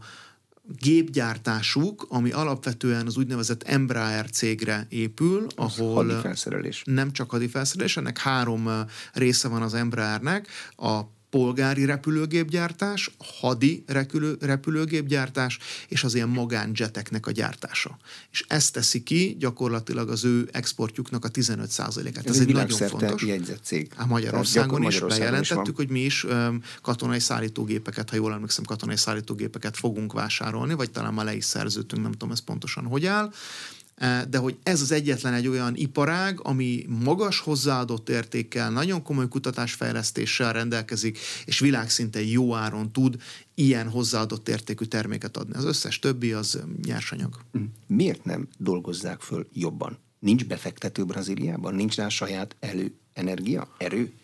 gépgyártásuk, ami alapvetően az úgynevezett Embraer cégre épül, az ahol hadifelszerelés. Nem csak hadifelszerelés, ennek három része van az Embraernek, a polgári repülőgépgyártás, hadi repülő, repülőgépgyártás, és az ilyen magánjeteknek a gyártása. És ez teszi ki gyakorlatilag az ő exportjuknak a tizenöt százalékát. Ez, Ez egy nagyon fontos. jegyzett cég. A Magyarországon is bejelentettük, hogy mi is um, katonai szállítógépeket, ha jól emlékszem, katonai szállítógépeket fogunk vásárolni, vagy talán már le is szerződtünk, nem tudom ez pontosan hogy áll. De hogy ez az egyetlen egy olyan iparág, ami magas hozzáadott értékkel, nagyon komoly kutatásfejlesztéssel rendelkezik, és világszinten jó áron tud ilyen hozzáadott értékű terméket adni. Az összes többi az nyersanyag. Miért nem dolgozzák föl jobban? Nincs befektető Brazíliában? Nincs rá saját előenergia, erő?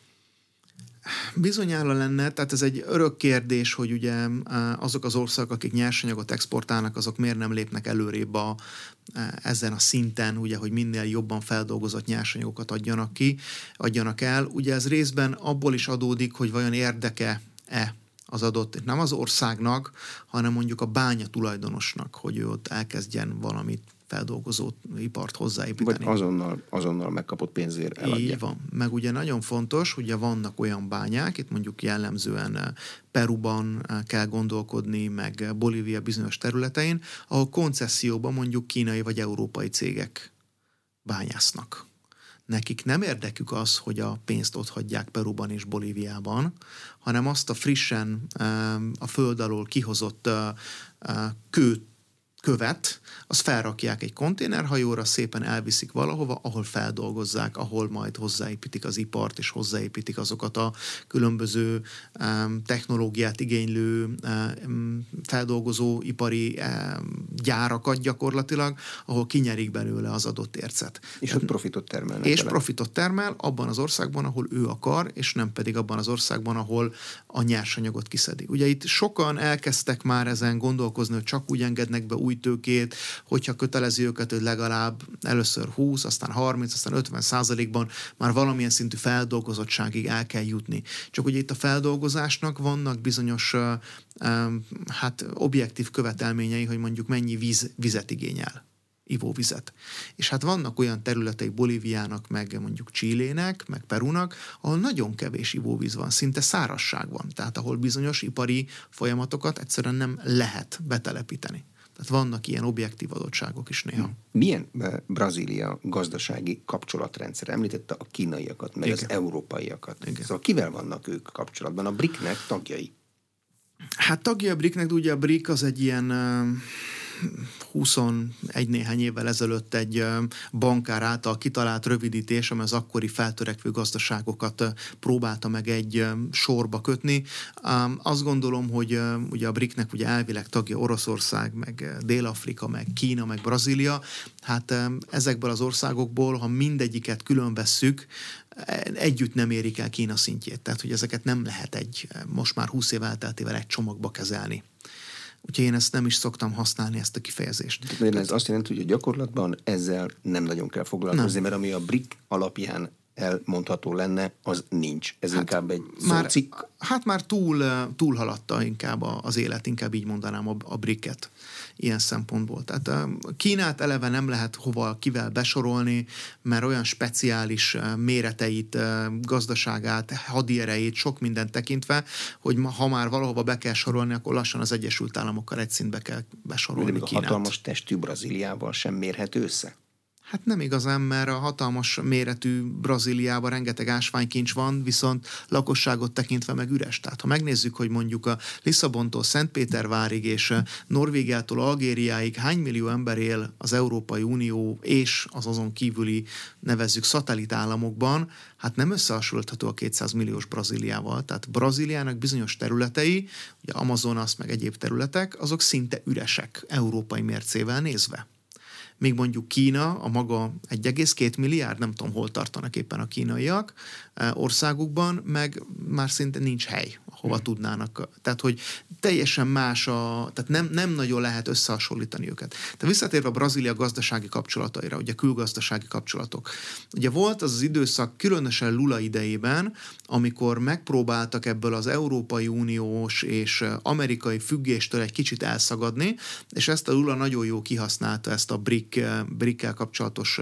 Bizonyára lenne, tehát ez egy örök kérdés, hogy ugye azok az országok, akik nyersanyagot exportálnak, azok miért nem lépnek előrébb a, ezen a szinten, ugye, hogy minél jobban feldolgozott nyersanyagokat adjanak ki, adjanak el. Ugye ez részben abból is adódik, hogy vajon érdeke-e az adott, nem az országnak, hanem mondjuk a bánya tulajdonosnak, hogy ő ott elkezdjen valamit feldolgozó ipart hozzáépíteni. Vagy azonnal, azonnal megkapott pénzért eladja. Így van. Meg ugye nagyon fontos, ugye vannak olyan bányák, itt mondjuk jellemzően Peruban kell gondolkodni, meg Bolívia bizonyos területein, ahol koncesszióban mondjuk kínai vagy európai cégek bányásznak. Nekik nem érdekük az, hogy a pénzt ott hagyják Peruban és Bolíviában, hanem azt a frissen a föld alól kihozott kőt, követ, azt felrakják egy konténerhajóra, szépen elviszik valahova, ahol feldolgozzák, ahol majd hozzáépítik az ipart, és hozzáépítik azokat a különböző um, technológiát igénylő um, feldolgozó ipari um, gyárakat gyakorlatilag, ahol kinyerik belőle az adott ércet. És ott profitot termelnek. És vele. profitot termel abban az országban, ahol ő akar, és nem pedig abban az országban, ahol a nyersanyagot kiszedi. Ugye itt sokan elkezdtek már ezen gondolkozni, hogy csak úgy engednek be új tőkét, hogyha kötelezi őket, hogy legalább először húsz, aztán harminc, aztán ötven százalékban már valamilyen szintű feldolgozottságig el kell jutni. Csak ugye itt a feldolgozásnak vannak bizonyos hát objektív követelményei, hogy mondjuk mennyi víz, vizet igényel. Ivóvizet. És hát vannak olyan területei Bolíviának, meg mondjuk Chilének, meg Perunak, ahol nagyon kevés ivóvíz van, szinte szárazság van. Tehát ahol bizonyos ipari folyamatokat egyszerűen nem lehet betelepíteni. Tehát vannak ilyen objektív adottságok is néha. Milyen Brazília gazdasági kapcsolatrendszer? Említette a kínaiakat, meg Igen. az európaiakat. Igen. Szóval kivel vannak ők kapcsolatban? A BRIC-nek tagjai? Hát tagja a BRIC-nek, ugye a BRIC az egy ilyen huszonegy néhány évvel ezelőtt egy bankár által kitalált rövidítés, amely az akkori feltörekvő gazdaságokat próbálta meg egy sorba kötni. Azt gondolom, hogy ugye a BRIC-nek ugye elvileg tagja Oroszország, meg Dél-Afrika, meg Kína, meg Brazília. Hát ezekből az országokból, ha mindegyiket külön vesszük, együtt nem érik el Kína szintjét. Tehát, hogy ezeket nem lehet egy, most már húsz év elteltével egy csomagba kezelni. Úgyhogy én ezt nem is szoktam használni, ezt a kifejezést. De ez azt jelenti, hogy a gyakorlatban ezzel nem nagyon kell foglalkozni, nem. Mert ami a BRIC alapján elmondható lenne, az nincs. Ez hát inkább egy szócikk. Már, hát már túl, túl haladta inkább az élet, inkább így mondanám a, a BRIC-et ilyen szempontból. Tehát Kínát eleve nem lehet hova, kivel besorolni, mert olyan speciális méreteit, gazdaságát, hadierejét, sok mindent tekintve, hogy ha már valahova be kell sorolni, akkor lassan az Egyesült Államokkal egy szintbe kell besorolni Kínát. De még a hatalmas testű Brazíliával sem mérhető össze? Hát nem igazán, mert a hatalmas méretű Brazíliában rengeteg ásványkincs van, viszont lakosságot tekintve meg üres. Tehát ha megnézzük, hogy mondjuk a Lisszabontól Szentpétervárig és Norvégiától Algériáig hány millió ember él az Európai Unió és az azon kívüli nevezzük szatellitállamokban, hát nem összehasonlítható a kétszáz milliós Brazíliával. Tehát Brazíliának bizonyos területei, ugye Amazonas meg egyéb területek, azok szinte üresek európai mércével nézve. Míg mondjuk Kína, a maga egy egész két milliárd, nem tudom, hol tartanak éppen a kínaiak országukban, meg már szinte nincs hely, hova hmm. tudnának. Tehát, hogy teljesen más a, tehát nem, nem nagyon lehet összehasonlítani őket. Tehát visszatérve a Brazília gazdasági kapcsolataira, ugye külgazdasági kapcsolatok. Ugye volt az az időszak, különösen Lula idejében, amikor megpróbáltak ebből az Európai Uniós és amerikai függéstől egy kicsit elszagadni, és ezt a Lula nagyon jó kihasználta, ezt a BRIC BRIC-kel kapcsolatos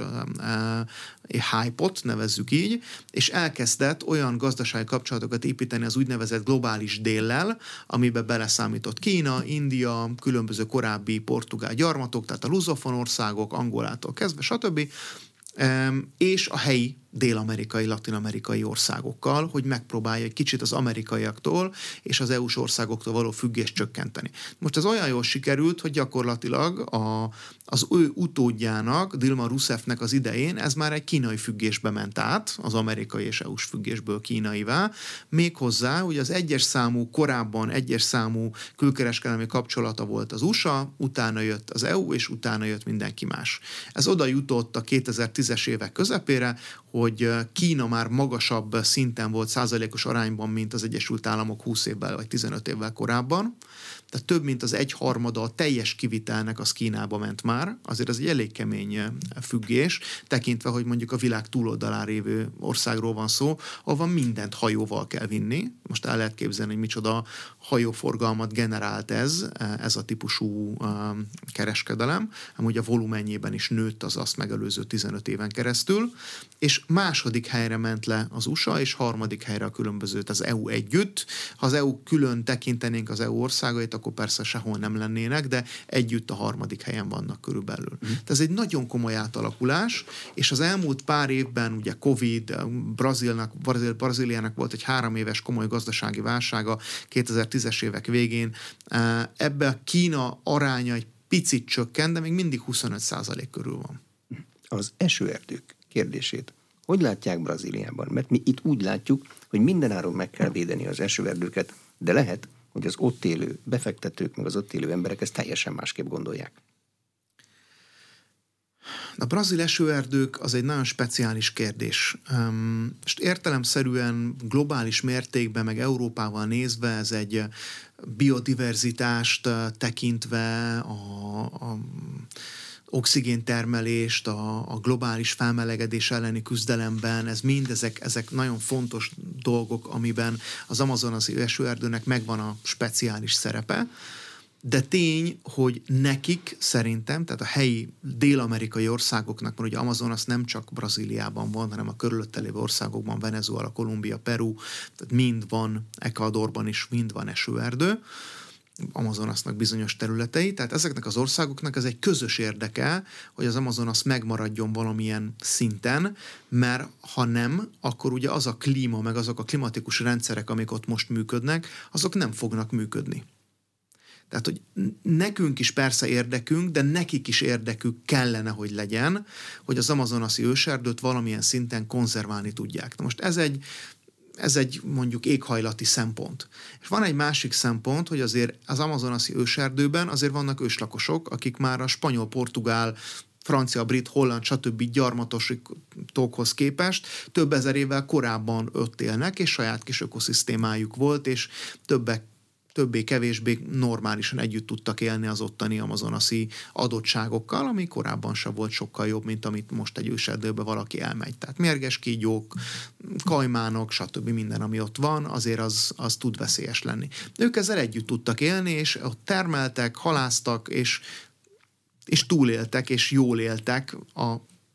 hype-ot, nevezzük így, és elkezdett olyan gazdasági kapcsolatokat építeni az úgynevezett globális globális déllel, amiben beleszámított Kína, India, különböző korábbi portugál gyarmatok, tehát a lusofon országok, Angolától kezdve, stb., és a helyi dél-amerikai, latin-amerikai országokkal, hogy megpróbálja egy kicsit az amerikaiaktól és az é u-s országoktól való függést csökkenteni. Most ez olyan jól sikerült, hogy gyakorlatilag a, az ő utódjának, Dilma Rousseffnek az idején ez már egy kínai függésbe ment át, az amerikai és é u-s függésből kínaivá, méghozzá, hogy az egyes számú, korábban egyes számú külkereskedelmi kapcsolata volt az u es á, utána jött az é u, és utána jött mindenki más. Ez oda jutott a kétezer-tízes évek közepére, hogy Kína már magasabb szinten volt százalékos arányban, mint az Egyesült Államok húsz évvel vagy tizenöt évvel korábban. Tehát több mint az egyharmada a teljes kivitelnek az Kínába ment már. Azért ez egy elég kemény függés, tekintve, hogy mondjuk a világ túloldalán lévő országról van szó, ahol mindent hajóval kell vinni. Most el lehet képzelni, hogy micsoda hajóforgalmat generált ez, ez a típusú kereskedelem, amúgy a volumenjében is nőtt az azt megelőző tizenöt éven keresztül, és második helyre ment le az u es á, és harmadik helyre a különbözőt az é u együtt. Ha az é u külön tekintenénk az é u országait, akkor persze sehol nem lennének, de együtt a harmadik helyen vannak körülbelül. Mm. Tehát ez egy nagyon komoly átalakulás, és az elmúlt pár évben ugye Covid, Brazílnak, Brazíl, Brazíliának volt egy három éves komoly gazdasági válsága kétezer-tízes évek végén. Ebbe a Kína aránya egy picit csökkent, de még mindig huszonöt százalék körül van. Az esőerdők kérdését hogy látják Brazíliában? Mert mi itt úgy látjuk, hogy mindenáron meg kell védeni az esőerdőket, de lehet, hogy az ott élő befektetők, meg az ott élő emberek ezt teljesen másképp gondolják. A brazil esőerdők az egy nagyon speciális kérdés. Most értelemszerűen globális mértékben, meg Európával nézve ez egy biodiverzitást tekintve, a, a oxigéntermelést, a, a globális felmelegedés elleni küzdelemben, ez mind, ezek, ezek nagyon fontos dolgok, amiben az amazonasi esőerdőnek megvan a speciális szerepe, de tény, hogy nekik szerintem, tehát a helyi dél-amerikai országoknak, mert ugye Amazonas nem csak Brazíliában van, hanem a körülötte lévő országokban, Venezuela, Kolumbia, Peru, tehát mind van, Ecuadorban is mind van esőerdő, Amazonasnak bizonyos területei, tehát ezeknek az országoknak ez egy közös érdeke, hogy az Amazonas megmaradjon valamilyen szinten, mert ha nem, akkor ugye az a klíma, meg azok a klimatikus rendszerek, amik ott most működnek, azok nem fognak működni. Tehát, hogy nekünk is persze érdekünk, de nekik is érdekük kellene, hogy legyen, hogy az amazonasi őserdőt valamilyen szinten konzerválni tudják. Na most ez egy Ez egy mondjuk éghajlati szempont. És van egy másik szempont, hogy azért az amazonasi őserdőben azért vannak őslakosok, akik már a spanyol, portugál, francia, brit, holland, stb. Gyarmatosítókhoz képest több ezer évvel korábban ott élnek, és saját kis ökoszisztémájuk volt, és többek többé-kevésbé normálisan együtt tudtak élni az ottani amazonasi adottságokkal, ami korábban sem volt sokkal jobb, mint amit most egy őserdőbe valaki elmegy. Tehát mérges kígyók, kajmánok, stb. Minden, ami ott van, azért az, az tud veszélyes lenni. Ők ezzel együtt tudtak élni, és ott termeltek, halásztak, és, és túléltek, és jól éltek a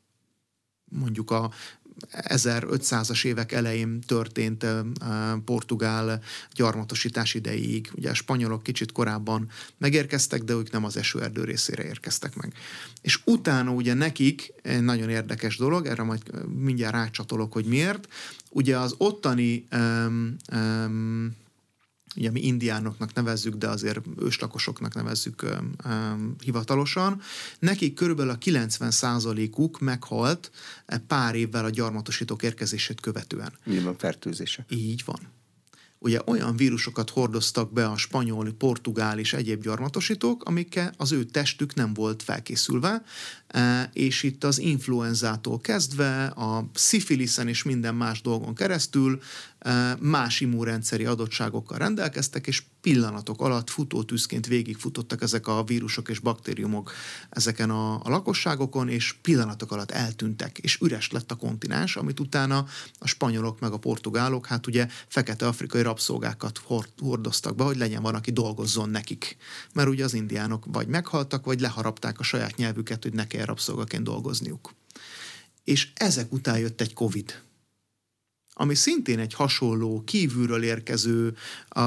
mondjuk a ezerötszázas évek elején történt uh, portugál gyarmatosítás idejéig. Ugye a spanyolok kicsit korábban megérkeztek, de ők nem az esőerdő részére érkeztek meg. És utána ugye nekik egy nagyon érdekes dolog, erre majd mindjárt rácsatolok, hogy miért. Ugye az ottani um, um, ugye mi indiánoknak nevezzük, de azért őslakosoknak nevezzük um, um, hivatalosan. Nekik körülbelül a kilencven százalékuk meghalt pár évvel a gyarmatosítók érkezését követően. Nyilván fertőzése. Így van. Ugye olyan vírusokat hordoztak be a spanyol, portugál és egyéb gyarmatosítók, amikkel az ő testük nem volt felkészülve, és itt az influenzától kezdve a szifiliszen és minden más dolgon keresztül más immunrendszeri adottságokkal rendelkeztek, és pillanatok alatt futótűzként végigfutottak ezek a vírusok és baktériumok ezeken a, a lakosságokon, és pillanatok alatt eltűntek, és üres lett a kontinens, amit utána a spanyolok meg a portugálok, hát ugye fekete-afrikai rabszolgákat hordoztak be, hogy legyen van, aki dolgozzon nekik. Mert ugye az indiánok vagy meghaltak, vagy leharapták a saját nyelvüket, hogy ne kell rabszolgaként dolgozniuk. És ezek után jött egy Covid. ami szintén egy hasonló, kívülről érkező a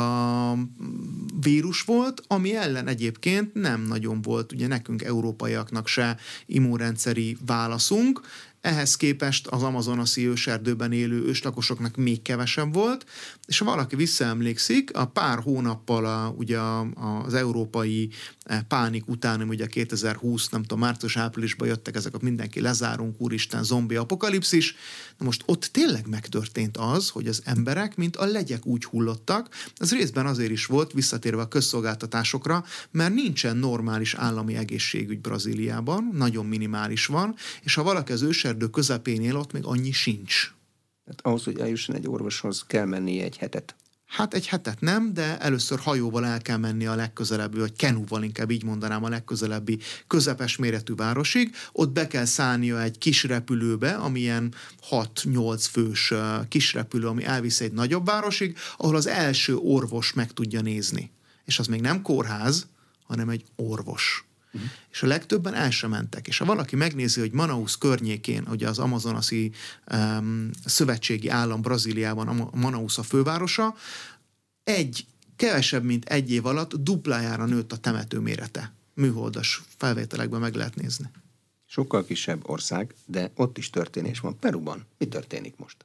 vírus volt, ami ellen egyébként nem nagyon volt ugye nekünk európaiaknak se immunrendszeri válaszunk. Ehhez képest az amazonasi őserdőben élő őslakosoknak még kevesebb volt, és ha valaki visszaemlékszik, a pár hónappal a, ugye az európai pánik után, ugye kétezer-húsz, nem tudom, március-áprilisban jöttek ezek a mindenki lezárunk, úristen, zombi apokalipszis. Na most ott tényleg megtörtént az, hogy az emberek, mint a legyek úgy hullottak. Ez részben azért is volt, visszatérve a közszolgáltatásokra, mert nincsen normális állami egészségügy Brazíliában, nagyon minimális van, és ha valaki az őserdő közepén él, ott még annyi sincs. Hát ahhoz, hogy eljusson egy orvoshoz, kell mennie egy hetet. Hát egy hetet nem, de először hajóval el kell menni a legközelebbi, vagy kenúval inkább így mondanám, a legközelebbi közepes méretű városig. Ott be kell szállnia egy kis repülőbe, amilyen hat-nyolc fős kis repülő, ami elvisz egy nagyobb városig, ahol az első orvos meg tudja nézni. És az még nem kórház, hanem egy orvos. Uh-huh. És a legtöbben el sem mentek. És ha valaki megnézi, hogy Manaus környékén, ugye az amazonasi um, szövetségi állam Brazíliában, a Manaus a fővárosa, egy, kevesebb, mint egy év alatt duplájára nőtt a temető mérete. Műholdas felvételekben meg lehet nézni. Sokkal kisebb ország, de ott is történés van. Peruban mi történik most?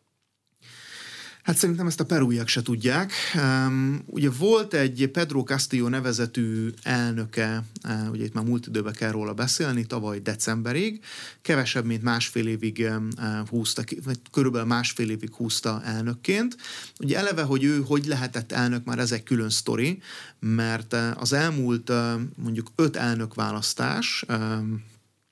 Hát szerintem ezt a perúiak se tudják. Um, ugye volt egy Pedro Castillo nevezetű elnöke, uh, ugye itt már múlt időben kell róla beszélni, tavaly decemberig, kevesebb, mint másfél évig uh, húzta, vagy körülbelül másfél évig húzta elnökként. Ugye eleve, hogy ő hogy lehetett elnök, már ez egy külön sztori, mert uh, az elmúlt uh, mondjuk öt elnökválasztás, um,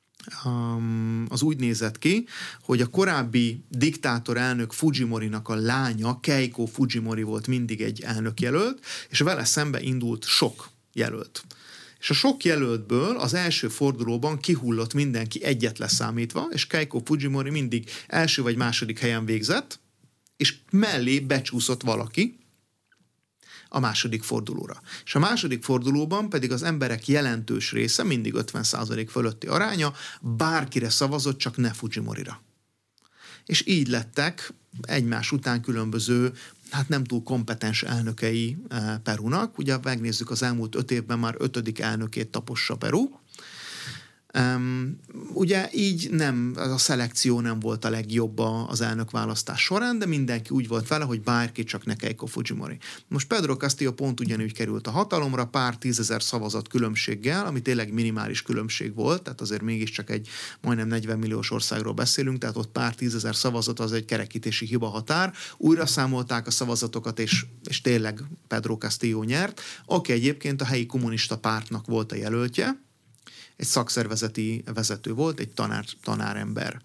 az úgy nézett ki, hogy a korábbi diktátor elnök Fujimorinak a lánya, Keiko Fujimori volt mindig egy elnökjelölt, és vele szembe indult sok jelölt. És a sok jelöltből az első fordulóban kihullott mindenki egyet leszámítva, és Keiko Fujimori mindig első vagy második helyen végzett, és mellé becsúszott valaki a második fordulóra. És a második fordulóban pedig az emberek jelentős része, mindig ötven százalék fölötti aránya, bárkire szavazott, csak ne Fujimorira. És így lettek egymás után különböző, hát nem túl kompetens elnökei Perunak. Ugye megnézzük, az elmúlt öt évben már ötödik elnökét tapossa Peru. Um, ugye így nem, a szelekció nem volt a legjobb az elnökválasztás során, de mindenki úgy volt vele, hogy bárki, csak ne Keiko Fujimori. Most Pedro Castillo pont ugyanúgy került a hatalomra, pár tízezer szavazat különbséggel, ami tényleg minimális különbség volt, tehát azért mégiscsak egy majdnem negyven milliós országról beszélünk, tehát ott pár tízezer szavazat az egy kerekítési hiba határ. Újra számolták a szavazatokat, és, és tényleg Pedro Castillo nyert, aki egyébként a helyi kommunista pártnak volt a jelöltje, egy szakszervezeti vezető volt, egy tanár, tanárember.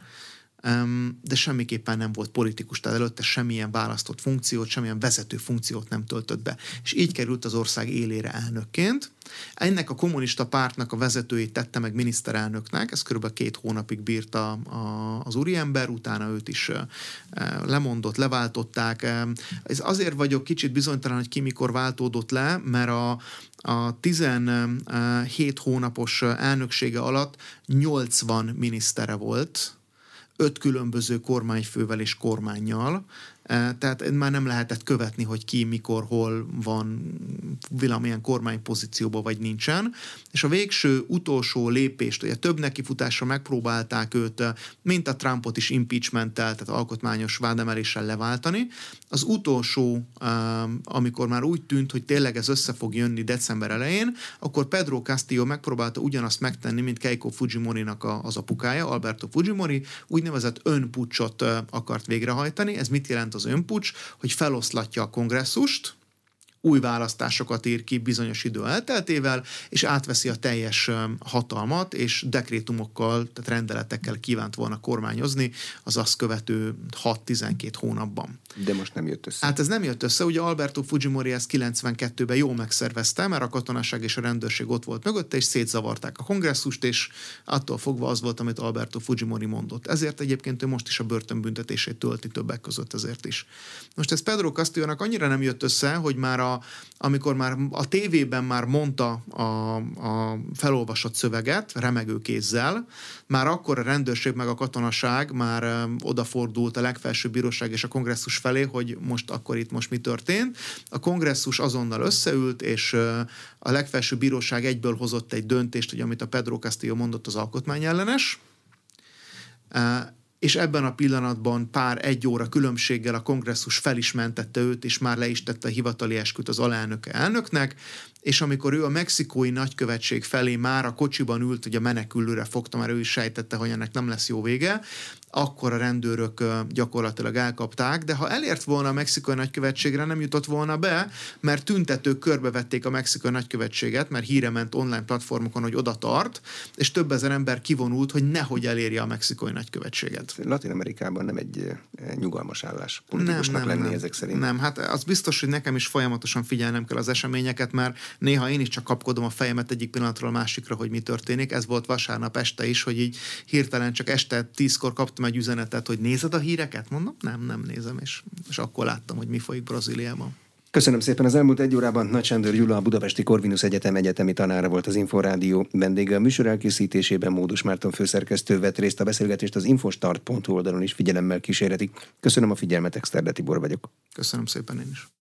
Um, de semmiképpen nem volt politikus, tehát előtte semmilyen választott funkciót, semmilyen vezető funkciót nem töltött be. És így került az ország élére elnökként. Ennek a kommunista pártnak a vezetőjét tette meg miniszterelnöknek, ez körülbelül két hónapig bírta a, az úriember, utána őt is uh, lemondott, leváltották. Ez azért vagyok kicsit bizonytalan, hogy ki mikor váltódott le, mert a A tizenhét hónapos elnöksége alatt nyolcvan minisztere volt, öt különböző kormányfővel és kormánnyal, tehát már nem lehetett követni, hogy ki, mikor, hol van valamilyen kormánypozícióban, vagy nincsen. És a végső utolsó lépést, ugye több nekifutásra megpróbálták őt, mint a Trumpot is impeachmenttel, tehát alkotmányos vádemeléssel leváltani. Az utolsó, amikor már úgy tűnt, hogy tényleg ez össze fog jönni december elején, akkor Pedro Castillo megpróbálta ugyanazt megtenni, mint Keiko Fujimorinak az apukája, Alberto Fujimori, úgynevezett önpuccsot akart végrehajtani. Ez mit jelent az önpuccs? Hogy feloszlatja a kongresszust, új választásokat ír ki bizonyos idő elteltével, és átveszi a teljes hatalmat, és dekrétumokkal, tehát rendeletekkel kívánt volna kormányozni az azt követő hat-tizenkét hónapban. De most nem jött össze. Hát ez nem jött össze, ugye Alberto Fujimori ezt kilencvenkettőben jól megszervezte, mert a katonaság és a rendőrség ott volt mögötte, és szétzavarták a kongresszust, és attól fogva az volt, amit Alberto Fujimori mondott. Ezért egyébként ő most is a börtönbüntetését tölti többek között ezért is. Most ez Pedro Castillonak annyira nem jött össze, hogy már a a, amikor már a tévében már mondta a, a felolvasott szöveget, remegő kézzel, már akkor a rendőrség meg a katonaság már odafordult a legfelsőbb bíróság és a kongresszus felé, hogy most akkor itt most mi történt. A kongresszus azonnal összeült, és a legfelsőbb bíróság egyből hozott egy döntést, hogy amit a Pedro Castillo mondott, az alkotmányellenes. És ebben a pillanatban pár egy óra különbséggel a kongresszus fel is mentette őt, és már le is tette a hivatali esküt az alelnöke elnöknek, és amikor ő a mexikói nagykövetség felé már a kocsiban ült, hogy a menekülőre fogta, mert ő is sejtette, hogy ennek nem lesz jó vége, akkor a rendőrök gyakorlatilag elkapták, de ha elért volna a mexikói nagykövetségre, nem jutott volna be, mert tüntetők körbevették a mexikói nagykövetséget, mert híre ment online platformokon, hogy oda tart, és több ezer ember kivonult, hogy nehogy elérje a mexikói nagykövetséget. Latin-Amerikában nem egy nyugalmas állás politikusnak nem, nem, lenni nem. ezek szerint. Nem, hát az biztos, hogy nekem is folyamatosan figyelnem kell az eseményeket, mert néha én is csak kapkodom a fejemet egyik pillanatról a másikra, hogy mi történik. Ez volt vasárnap este is, hogy így hirtelen csak este tízkor kaptam egy üzenetet, hogy nézed a híreket? Mondom, nem, nem nézem, és, és akkor láttam, hogy mi folyik Brazíliában. Köszönöm szépen. Az elmúlt egy órában Nagy Sándor Gyula, a Budapesti Corvinus Egyetem egyetemi tanára volt az Inforádió vendége. A műsor elkészítésében Módos Márton főszerkesztő vett részt, a beszélgetést az infostart pont hu oldalon is figyelemmel kísérhetik. Köszönöm a figyelmet, Exterde Tibor vagyok. Köszönöm szépen én is.